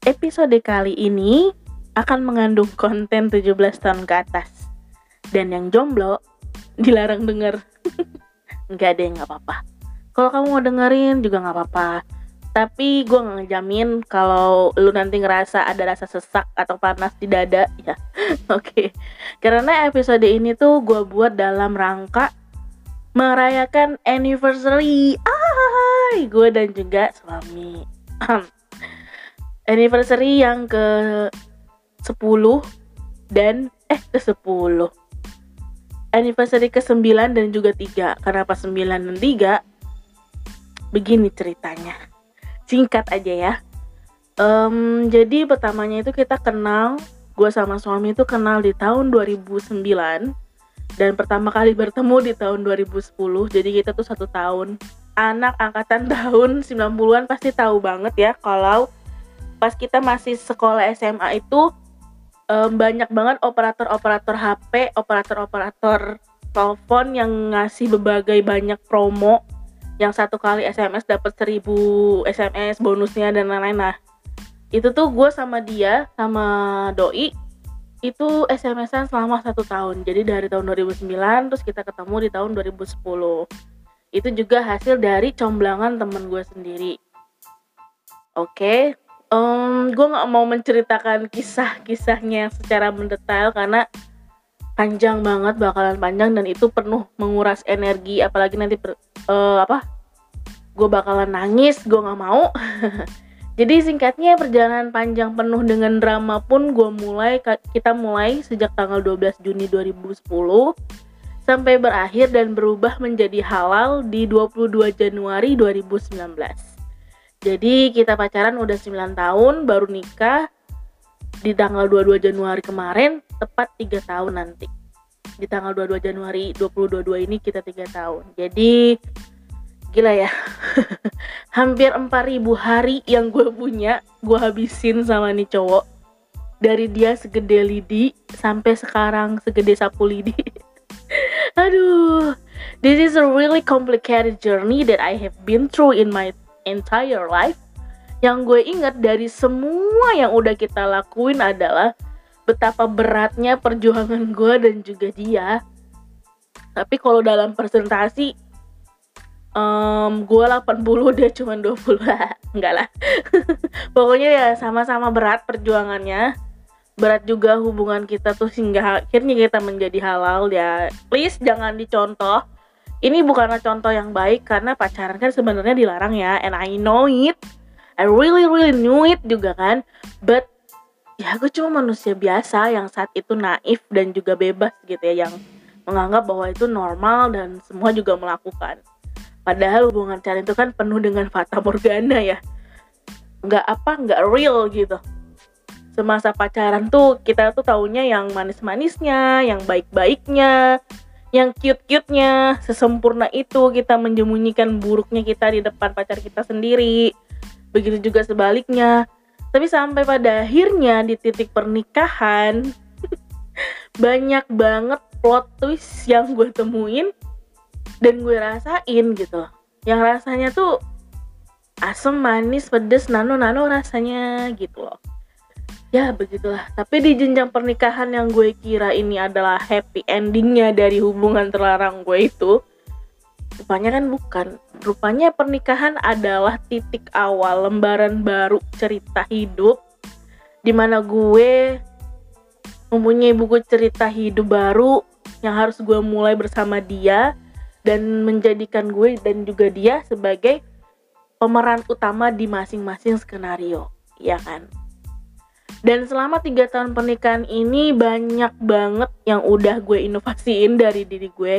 Episode kali ini akan mengandung konten 17 tahun ke atas. Dan yang jomblo dilarang denger. Enggak deh, gak apa-apa. Kalau kamu mau dengerin juga gak apa-apa. Tapi gue gak ngejamin kalau lu nanti ngerasa ada rasa sesak atau panas di dada. Ya, oke. Karena episode ini tuh gue buat dalam rangka merayakan anniversary gue dan juga suami. Anniversary yang ke 10 dan ke 10. Anniversary ke 9 dan juga 3. Kenapa 9 dan 3? Begini ceritanya. Singkat aja ya. Jadi pertamanya itu kita kenal, gue sama suami itu kenal di tahun 2009 dan pertama kali bertemu di tahun 2010. Jadi kita tuh 1 tahun. Anak angkatan tahun 90-an pasti tahu banget ya kalau pas kita masih sekolah SMA itu banyak banget operator-operator HP, operator-operator telepon yang ngasih berbagai banyak promo, yang 1 kali SMS dapat 1000 SMS bonusnya dan lain-lain. Nah, itu tuh gue sama dia, sama doi, itu SMS-an selama 1 tahun. Jadi dari tahun 2009 terus kita ketemu di tahun 2010. Itu juga hasil dari comblangan temen gue sendiri. Oke. Gue gak mau menceritakan kisah-kisahnya secara mendetail karena panjang banget, bakalan panjang dan itu penuh menguras energi, apalagi nanti gue bakalan nangis, gue gak mau. Jadi singkatnya, perjalanan panjang penuh dengan drama pun kita mulai sejak tanggal 12 Juni 2010 sampai berakhir dan berubah menjadi halal di 22 Januari 2019. Jadi kita pacaran udah 9 tahun, baru nikah di tanggal 22 Januari kemarin, tepat 3 tahun nanti. Di tanggal 22 Januari 2022 ini kita 3 tahun. Jadi gila ya. Hampir 4.000 hari yang gue punya, gue habisin sama nih cowok. Dari dia segede lidi sampai sekarang segede sapu lidi. Aduh, this is a really complicated journey that I have been through in my entire life. Yang gue ingat dari semua yang udah kita lakuin adalah betapa beratnya perjuangan gue dan juga dia. Tapi kalau dalam presentasi gue 80, dia cuma 20. Enggak lah. Pokoknya ya sama-sama berat perjuangannya. Berat juga hubungan kita tuh hingga akhirnya kita menjadi halal ya. Please jangan dicontoh. Ini bukanlah contoh yang baik karena pacaran kan sebenarnya dilarang ya, and I know it. I really knew it juga kan. But ya gue cuma manusia biasa yang saat itu naif dan juga bebas gitu ya, yang menganggap bahwa itu normal dan semua juga melakukan. Padahal hubungan pacaran itu kan penuh dengan fata morgana ya. Nggak real gitu. Semasa pacaran tuh kita tuh taunya yang manis-manisnya, yang baik-baiknya, yang cute-cute-nya, sesempurna itu kita menyembunyikan buruknya kita di depan pacar kita sendiri. Begitu juga sebaliknya. Tapi sampai pada akhirnya di titik pernikahan banyak banget plot twist yang gue temuin dan gue rasain gitu. Yang rasanya tuh asem, manis, pedes, nano rasanya gitu loh. Ya begitulah. Tapi di jenjang pernikahan yang gue kira ini adalah happy endingnya dari hubungan terlarang gue itu, rupanya kan bukan. Rupanya pernikahan adalah titik awal lembaran baru cerita hidup, dimana gue mempunyai buku cerita hidup baru yang harus gue mulai bersama dia dan menjadikan gue dan juga dia sebagai pemeran utama di masing-masing skenario, ya kan? Dan selama 3 tahun pernikahan ini banyak banget yang udah gue inovasiin dari diri gue.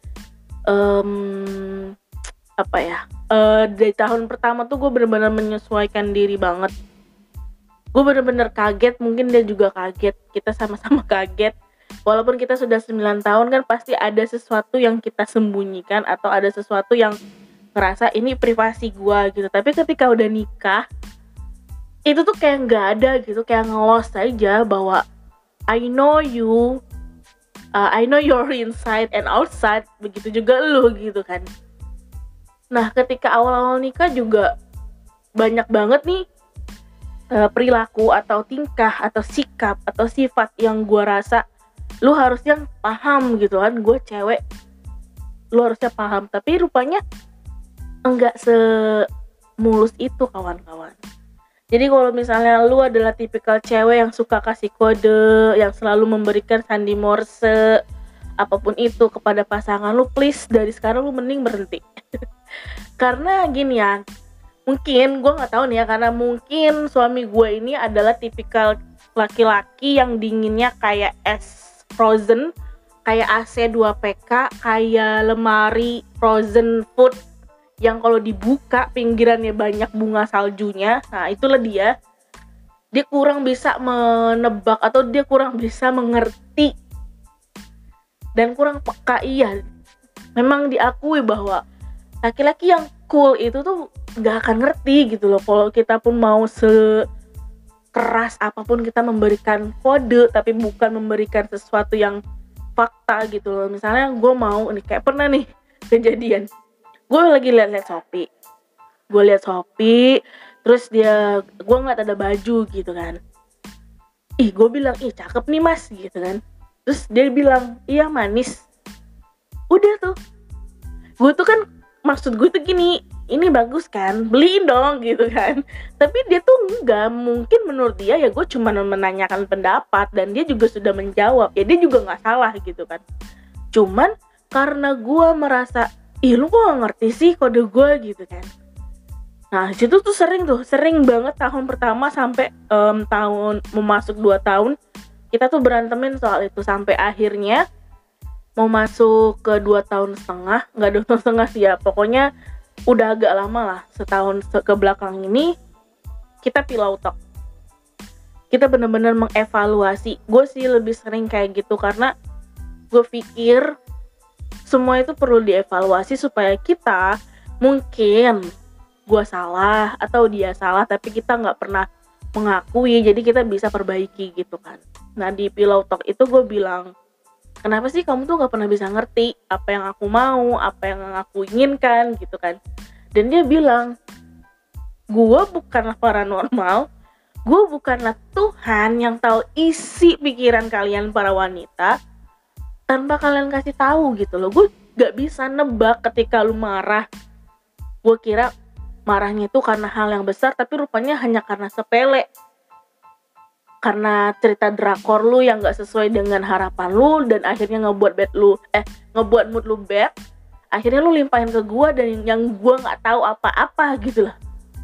Dari tahun pertama tuh gue benar-benar menyesuaikan diri banget. Gue benar-benar kaget, mungkin dia juga kaget. Kita sama-sama kaget. Walaupun kita sudah 9 tahun kan pasti ada sesuatu yang kita sembunyikan atau ada sesuatu yang ngerasa ini privasi gue gitu. Tapi ketika udah nikah, itu tuh kayak nggak ada gitu, kayak ngelos aja bahwa I know you, I know your inside and outside, begitu juga lu gitu kan. Nah ketika awal-awal nikah juga banyak banget nih perilaku atau tingkah atau sikap atau sifat yang gue rasa lu harusnya paham gitu kan, gue cewek, lu harusnya paham, tapi rupanya enggak semulus itu kawan-kawan. Jadi kalau misalnya lu adalah tipikal cewek yang suka kasih kode, yang selalu memberikan sandi morse, apapun itu kepada pasangan lu, please dari sekarang lu mending berhenti. Karena gini ya, mungkin gue nggak tahu nih ya, karena mungkin suami gue ini adalah tipikal laki-laki yang dinginnya kayak es frozen, kayak AC 2PK, kayak lemari frozen food yang kalau dibuka pinggirannya banyak bunga saljunya. Nah itulah dia kurang bisa menebak atau dia kurang bisa mengerti dan kurang peka. Iya, memang diakui bahwa laki-laki yang cool itu tuh gak akan ngerti gitu loh kalau kita pun mau sekeras apapun kita memberikan kode, tapi bukan memberikan sesuatu yang fakta gitu loh. Misalnya gue mau nih, kayak pernah nih kejadian, gue lagi liat Shopee, terus gue ngeliat ada baju gitu kan, gue bilang cakep nih mas gitu kan, terus dia bilang iya manis. Udah tuh, gue tuh kan maksud gue tuh gini, ini bagus kan, beliin dong gitu kan. Tapi dia tuh enggak, mungkin menurut dia ya gue cuma menanyakan pendapat, dan dia juga sudah menjawab, ya dia juga nggak salah gitu kan. Cuman karena gue merasa lu kok gak ngerti sih kode gue gitu kan. Nah situ tuh sering banget tahun pertama sampai tahun mau masuk 2 tahun kita tuh berantemin soal itu, sampai akhirnya mau masuk ke 2 tahun setengah, nggak 2 tahun setengah sih ya, pokoknya udah agak lama lah, setahun ke belakang ini kita pillow talk. Kita benar-benar mengevaluasi. Gue sih lebih sering kayak gitu karena gue pikir semua itu perlu dievaluasi supaya kita, mungkin gue salah atau dia salah tapi kita nggak pernah mengakui, jadi kita bisa perbaiki gitu kan. Nah di pillow talk itu gue bilang, kenapa sih kamu tuh nggak pernah bisa ngerti apa yang aku mau, apa yang aku inginkan gitu kan. Dan dia bilang, gue bukanlah paranormal, gue bukanlah Tuhan yang tahu isi pikiran kalian para wanita tanpa kalian kasih tahu gitu loh. Gue gak bisa nebak ketika lu marah. Gue kira marahnya itu karena hal yang besar, tapi rupanya hanya karena sepele. Karena cerita drakor lu yang gak sesuai dengan harapan lu, dan akhirnya ngebuat mood lu bad. Akhirnya lu limpahin ke gue, dan yang gue gak tahu apa-apa gitu loh.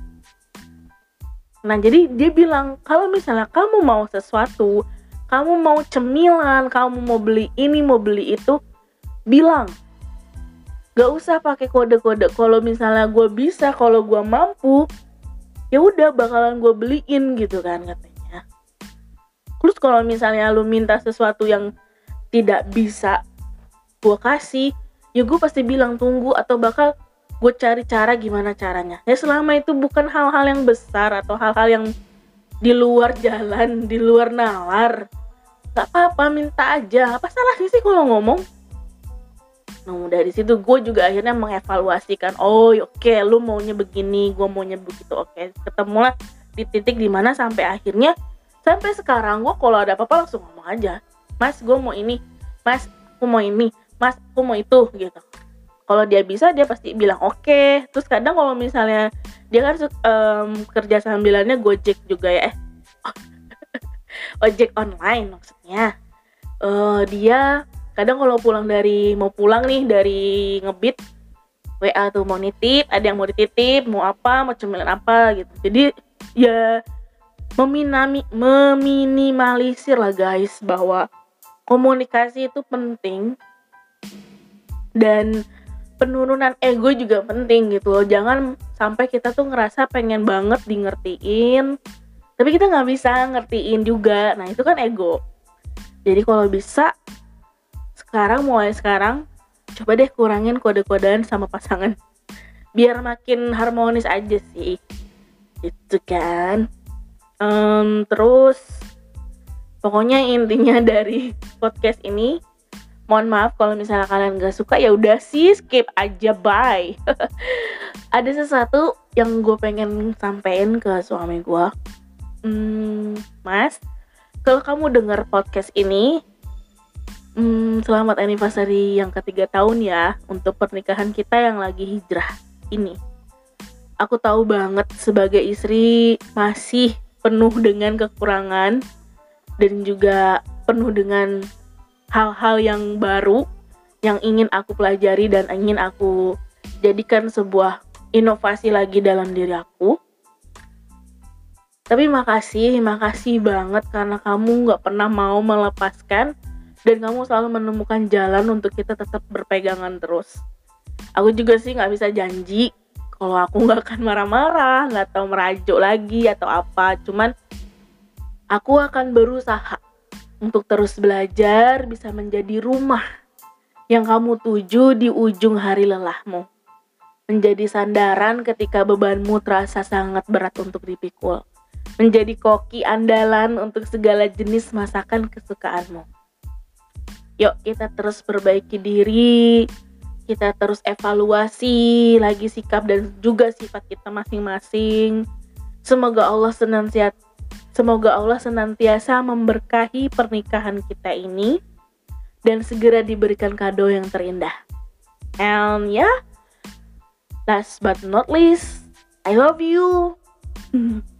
Nah jadi dia bilang, kalau misalnya kamu mau sesuatu, kamu mau cemilan, kamu mau beli ini, mau beli itu, bilang. Gak usah pakai kode-kode. Kalau misalnya gue bisa, kalau gue mampu, ya udah bakalan gue beliin gitu kan katanya. Terus kalau misalnya lu minta sesuatu yang tidak bisa gue kasih, ya gue pasti bilang tunggu, atau bakal gue cari cara gimana caranya. Ya selama itu bukan hal-hal yang besar atau hal-hal yang di luar jalan, di luar nalar, gak apa-apa, minta aja. Apa salahnya sih kalau ngomong? Nah dari situ gue juga akhirnya mengevaluasikan, oke, lu maunya begini, gue maunya begitu. Oke, ketemulah di titik dimana sampai akhirnya, sampai sekarang gue kalau ada apa-apa langsung ngomong aja, mas gue mau ini, mas aku mau ini, mas aku mau itu gitu. Kalau dia bisa, dia pasti bilang oke. Terus kadang kalau misalnya dia kan kerja sambilannya Gojek juga ya, ojek online maksudnya. Dia kadang kalau mau pulang nih dari ngebit, WA tuh mau nitip, ada yang mau dititip, mau apa, mau cemilan apa gitu. Jadi ya meminimalisir lah guys, bahwa komunikasi itu penting, dan penurunan ego juga penting gitu loh. Jangan sampai kita tuh ngerasa pengen banget di ngertiin, tapi kita gak bisa ngertiin juga. Nah itu kan ego. Jadi kalau bisa, mulai sekarang coba deh kurangin kode-kodean sama pasangan, biar makin harmonis aja sih gitu kan. Terus pokoknya intinya dari podcast ini, mohon maaf kalau misalnya kalian gak suka, ya udah sih skip aja, bye. Ada sesuatu yang gue pengen sampein ke suami gue. Mas, kalau kamu dengar podcast ini, selamat anniversary yang ke-3 tahun ya untuk pernikahan kita yang lagi hijrah ini. Aku tahu banget sebagai istri masih penuh dengan kekurangan dan juga penuh dengan hal-hal yang baru yang ingin aku pelajari dan ingin aku jadikan sebuah inovasi lagi dalam diri aku. Tapi makasih banget karena kamu gak pernah mau melepaskan dan kamu selalu menemukan jalan untuk kita tetap berpegangan terus. Aku juga sih gak bisa janji kalau aku gak akan marah-marah, gak tahu merajuk lagi atau apa. Cuman aku akan berusaha untuk terus belajar bisa menjadi rumah yang kamu tuju di ujung hari lelahmu. Menjadi sandaran ketika bebanmu terasa sangat berat untuk dipikul. Menjadi koki andalan untuk segala jenis masakan kesukaanmu. Yuk kita terus perbaiki diri, kita terus evaluasi lagi sikap dan juga sifat kita masing-masing. Semoga Allah senantiasa memberkahi pernikahan kita ini dan segera diberikan kado yang terindah. And last but not least, I love you.